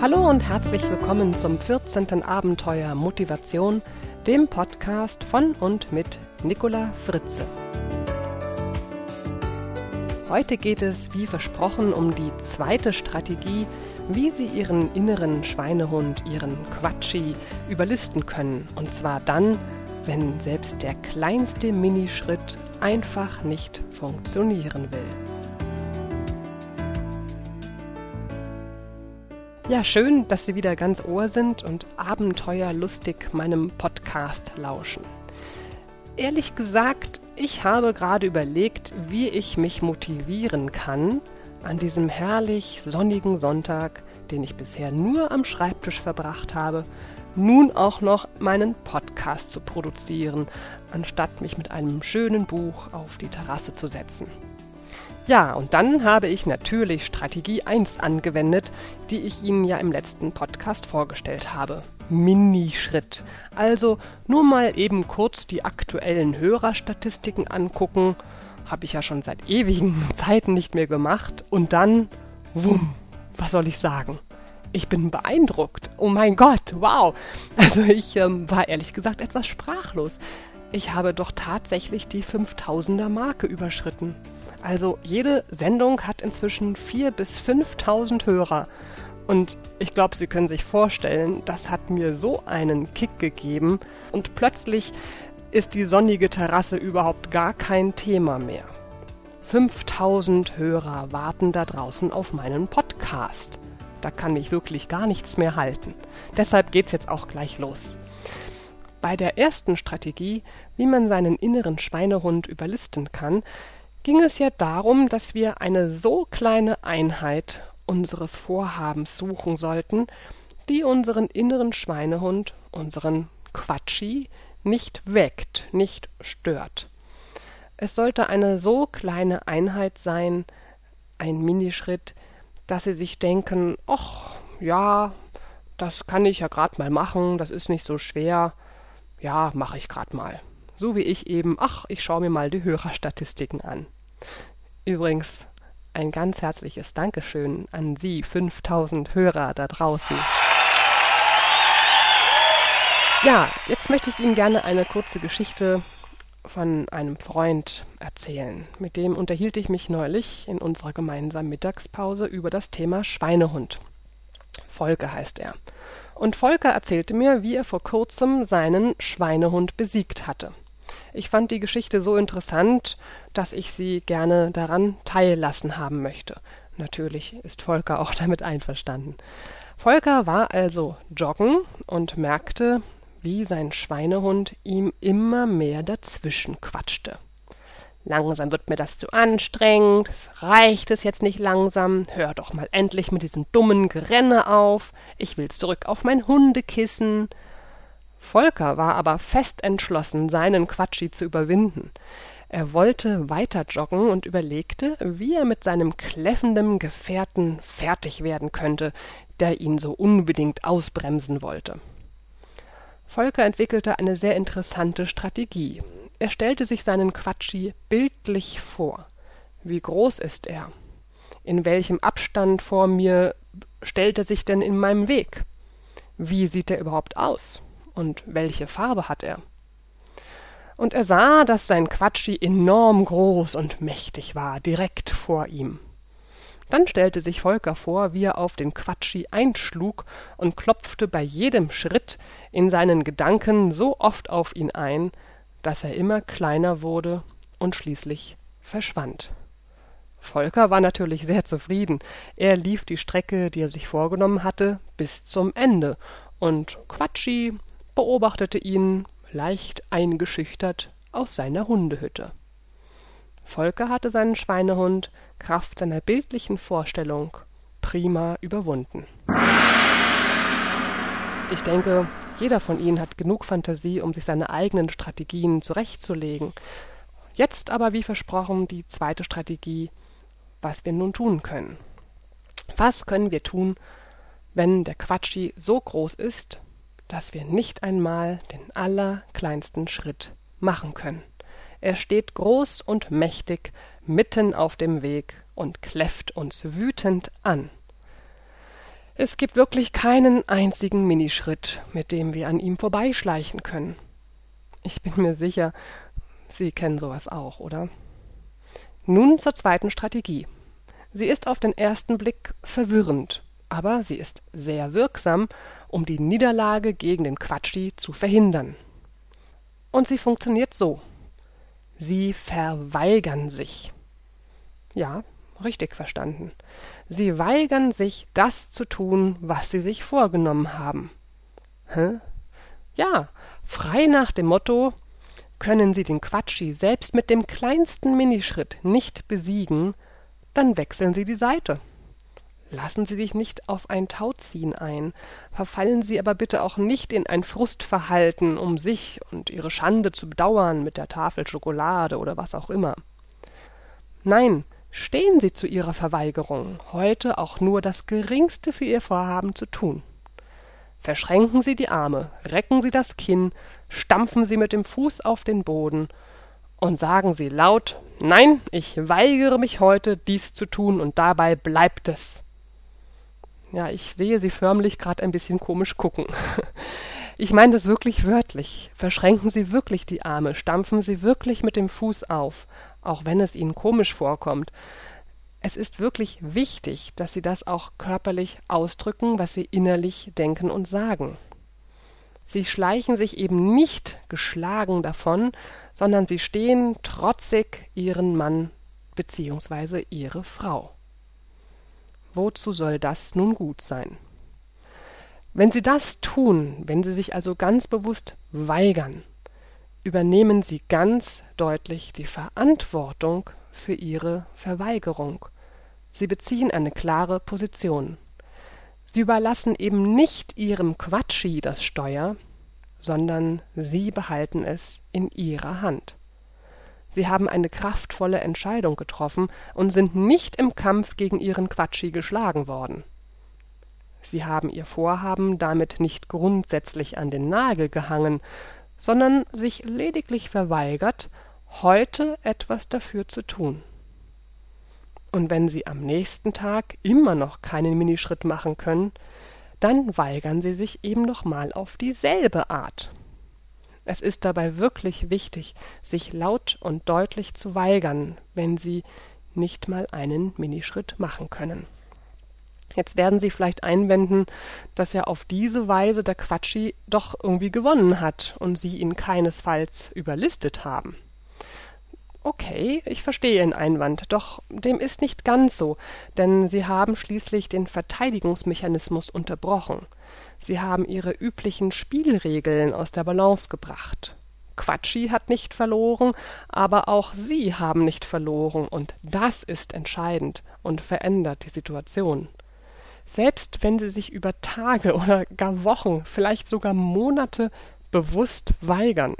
Hallo und herzlich willkommen zum 14. Abenteuer Motivation, dem Podcast von und mit Nicola Fritze. Heute geht es, wie versprochen, um die zweite Strategie, wie Sie Ihren inneren Schweinehund, Ihren Quatschi, überlisten können. Und zwar dann, wenn selbst der kleinste Minischritt einfach nicht funktionieren will. Ja, schön, dass Sie wieder ganz Ohr sind und abenteuerlustig meinem Podcast lauschen. Ehrlich gesagt, ich habe gerade überlegt, wie ich mich motivieren kann, an diesem herrlich sonnigen Sonntag, den ich bisher nur am Schreibtisch verbracht habe, nun auch noch meinen Podcast zu produzieren, anstatt mich mit einem schönen Buch auf die Terrasse zu setzen. Ja, und dann habe ich natürlich Strategie 1 angewendet, die ich Ihnen ja im letzten Podcast vorgestellt habe. Minischritt. Also nur mal eben kurz die aktuellen Hörerstatistiken angucken. Habe ich ja schon seit ewigen Zeiten nicht mehr gemacht. Und dann, wumm, was soll ich sagen? Ich bin beeindruckt. Oh mein Gott, wow. Also ich war ehrlich gesagt etwas sprachlos. Ich habe doch tatsächlich die 5000er-Marke überschritten. Also jede Sendung hat inzwischen 4.000 bis 5.000 Hörer. Und ich glaube, Sie können sich vorstellen, das hat mir so einen Kick gegeben. Und plötzlich ist die sonnige Terrasse überhaupt gar kein Thema mehr. 5.000 Hörer warten da draußen auf meinen Podcast. Da kann mich wirklich gar nichts mehr halten. Deshalb geht's jetzt auch gleich los. Bei der ersten Strategie, wie man seinen inneren Schweinehund überlisten kann, ging es ja darum, dass wir eine so kleine Einheit unseres Vorhabens suchen sollten, die unseren inneren Schweinehund, unseren Quatschi, nicht weckt, nicht stört. Es sollte eine so kleine Einheit sein, ein Minischritt, dass Sie sich denken, ach ja, das kann ich ja gerade mal machen, das ist nicht so schwer, ja, mache ich gerade mal. So wie ich eben, ach, ich schaue mir mal die Hörerstatistiken an. Übrigens, ein ganz herzliches Dankeschön an Sie 5.000 Hörer da draußen. Ja, jetzt möchte ich Ihnen gerne eine kurze Geschichte von einem Freund erzählen. Mit dem unterhielt ich mich neulich in unserer gemeinsamen Mittagspause über das Thema Schweinehund. Volker heißt er. Und Volker erzählte mir, wie er vor kurzem seinen Schweinehund besiegt hatte. Ich fand die Geschichte so interessant, dass ich sie gerne daran teillassen haben möchte. Natürlich ist Volker auch damit einverstanden. Volker war also joggen und merkte, wie sein Schweinehund ihm immer mehr dazwischen quatschte. Langsam wird mir das zu anstrengend, reicht es jetzt nicht langsam, hör doch mal endlich mit diesem dummen Gerenne auf, ich will zurück auf mein Hundekissen. Volker war aber fest entschlossen, seinen Quatschi zu überwinden. Er wollte weiter joggen und überlegte, wie er mit seinem kläffenden Gefährten fertig werden könnte, der ihn so unbedingt ausbremsen wollte. Volker entwickelte eine sehr interessante Strategie. Er stellte sich seinen Quatschi bildlich vor. Wie groß ist er? In welchem Abstand vor mir stellt er sich denn in meinem Weg? Wie sieht er überhaupt aus? Und welche Farbe hat er? Und er sah, dass sein Quatschi enorm groß und mächtig war, direkt vor ihm. Dann stellte sich Volker vor, wie er auf den Quatschi einschlug und klopfte bei jedem Schritt in seinen Gedanken so oft auf ihn ein, dass er immer kleiner wurde und schließlich verschwand. Volker war natürlich sehr zufrieden. Er lief die Strecke, die er sich vorgenommen hatte, bis zum Ende, und Quatschi beobachtete ihn leicht eingeschüchtert aus seiner Hundehütte. Volker hatte seinen Schweinehund kraft seiner bildlichen Vorstellung prima überwunden. Ich denke, jeder von Ihnen hat genug Fantasie, um sich seine eigenen Strategien zurechtzulegen. Jetzt aber, wie versprochen, die zweite Strategie, was wir nun tun können. Was können wir tun, wenn der Quatschi so groß ist, dass wir nicht einmal den allerkleinsten Schritt machen können? Er steht groß und mächtig mitten auf dem Weg und kläfft uns wütend an. Es gibt wirklich keinen einzigen Minischritt, mit dem wir an ihm vorbeischleichen können. Ich bin mir sicher, Sie kennen sowas auch, oder? Nun zur zweiten Strategie. Sie ist auf den ersten Blick verwirrend, aber sie ist sehr wirksam, um die Niederlage gegen den Quatschi zu verhindern. Und sie funktioniert so. Sie verweigern sich. Ja, richtig verstanden. Sie weigern sich, das zu tun, was sie sich vorgenommen haben. Ja, frei nach dem Motto: Können Sie den Quatschi selbst mit dem kleinsten Minischritt nicht besiegen, dann wechseln Sie die Seite. Lassen Sie sich nicht auf ein Tauziehen ein, verfallen Sie aber bitte auch nicht in ein Frustverhalten, um sich und Ihre Schande zu bedauern mit der Tafel Schokolade oder was auch immer. Nein, stehen Sie zu Ihrer Verweigerung, heute auch nur das Geringste für Ihr Vorhaben zu tun. Verschränken Sie die Arme, recken Sie das Kinn, stampfen Sie mit dem Fuß auf den Boden und sagen Sie laut: Nein, ich weigere mich heute, dies zu tun, und dabei bleibt es. Ja, ich sehe Sie förmlich gerade ein bisschen komisch gucken. Ich meine das wirklich wörtlich. Verschränken Sie wirklich die Arme, stampfen Sie wirklich mit dem Fuß auf, auch wenn es Ihnen komisch vorkommt. Es ist wirklich wichtig, dass Sie das auch körperlich ausdrücken, was Sie innerlich denken und sagen. Sie schleichen sich eben nicht geschlagen davon, sondern Sie stehen trotzig Ihren Mann bzw. Ihre Frau. Wozu soll das nun gut sein? Wenn Sie das tun, wenn Sie sich also ganz bewusst weigern, übernehmen Sie ganz deutlich die Verantwortung für Ihre Verweigerung. Sie beziehen eine klare Position. Sie überlassen eben nicht Ihrem Quatschi das Steuer, sondern Sie behalten es in Ihrer Hand. Sie haben eine kraftvolle Entscheidung getroffen und sind nicht im Kampf gegen Ihren Quatschi geschlagen worden. Sie haben Ihr Vorhaben damit nicht grundsätzlich an den Nagel gehangen, sondern sich lediglich verweigert, heute etwas dafür zu tun. Und wenn Sie am nächsten Tag immer noch keinen Minischritt machen können, dann weigern Sie sich eben nochmal auf dieselbe Art. Es ist dabei wirklich wichtig, sich laut und deutlich zu weigern, wenn Sie nicht mal einen Minischritt machen können. Jetzt werden Sie vielleicht einwenden, dass ja auf diese Weise der Quatschi doch irgendwie gewonnen hat und Sie ihn keinesfalls überlistet haben. Okay, ich verstehe Ihren Einwand, doch dem ist nicht ganz so, denn Sie haben schließlich den Verteidigungsmechanismus unterbrochen. Sie haben Ihre üblichen Spielregeln aus der Balance gebracht. Quatschi hat nicht verloren, aber auch Sie haben nicht verloren, und das ist entscheidend und verändert die Situation. Selbst wenn Sie sich über Tage oder gar Wochen, vielleicht sogar Monate bewusst weigern,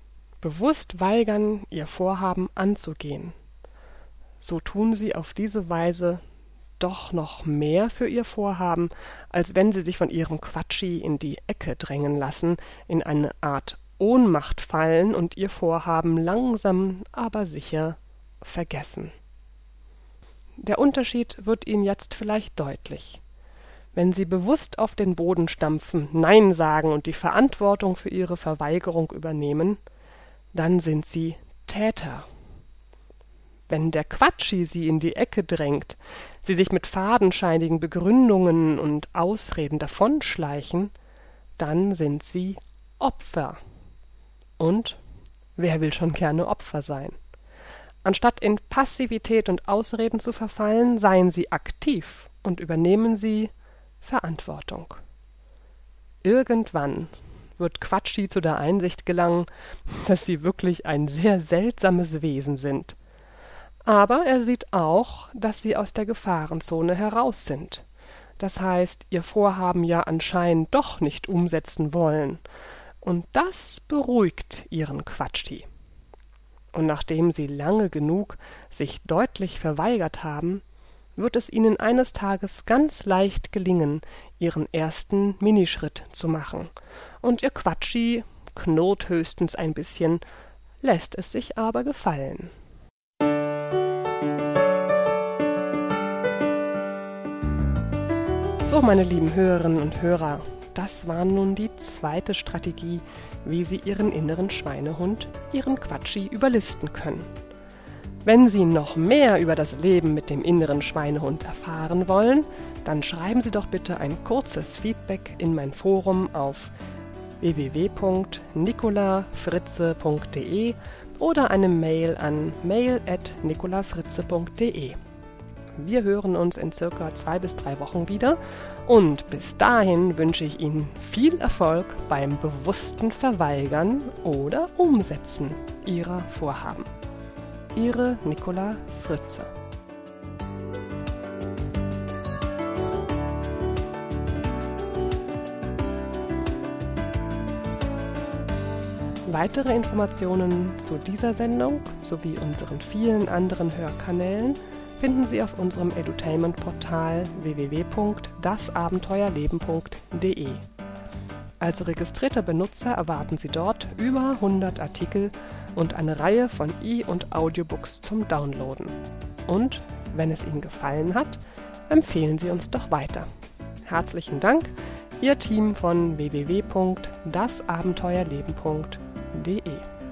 Ihr Vorhaben anzugehen, so tun Sie auf diese Weise doch noch mehr für Ihr Vorhaben, als wenn Sie sich von Ihrem Quatschi in die Ecke drängen lassen, in eine Art Ohnmacht fallen und Ihr Vorhaben langsam, aber sicher vergessen. Der Unterschied wird Ihnen jetzt vielleicht deutlich. Wenn Sie bewusst auf den Boden stampfen, Nein sagen und die Verantwortung für Ihre Verweigerung übernehmen, dann sind Sie Täter. Wenn der Quatschi Sie in die Ecke drängt, Sie sich mit fadenscheinigen Begründungen und Ausreden davonschleichen, dann sind Sie Opfer. Und wer will schon gerne Opfer sein? Anstatt in Passivität und Ausreden zu verfallen, seien Sie aktiv und übernehmen Sie Verantwortung. Irgendwann wird Quatschi zu der Einsicht gelangen, dass Sie wirklich ein sehr seltsames Wesen sind. Aber er sieht auch, dass Sie aus der Gefahrenzone heraus sind. Das heißt, Ihr Vorhaben ja anscheinend doch nicht umsetzen wollen. Und das beruhigt Ihren Quatschi. Und nachdem Sie lange genug sich deutlich verweigert haben, wird es Ihnen eines Tages ganz leicht gelingen, Ihren ersten Minischritt zu machen. Und Ihr Quatschi knurrt höchstens ein bisschen, lässt es sich aber gefallen. So, meine lieben Hörerinnen und Hörer, das war nun die zweite Strategie, wie Sie Ihren inneren Schweinehund, Ihren Quatschi, überlisten können. Wenn Sie noch mehr über das Leben mit dem inneren Schweinehund erfahren wollen, dann schreiben Sie doch bitte ein kurzes Feedback in mein Forum auf www.nicolafritze.de oder eine Mail an mail@nicolafritze.de. Wir hören uns in circa 2 bis 3 Wochen wieder und bis dahin wünsche ich Ihnen viel Erfolg beim bewussten Verweigern oder Umsetzen Ihrer Vorhaben. Ihre Nicola Fritze. Weitere Informationen zu dieser Sendung sowie unseren vielen anderen Hörkanälen finden Sie auf unserem Edutainment-Portal www.dasabenteuerleben.de. Als registrierter Benutzer erwarten Sie dort über 100 Artikel und eine Reihe von E- und Audiobooks zum Downloaden. Und wenn es Ihnen gefallen hat, empfehlen Sie uns doch weiter. Herzlichen Dank, Ihr Team von www.dasabenteuerleben.de.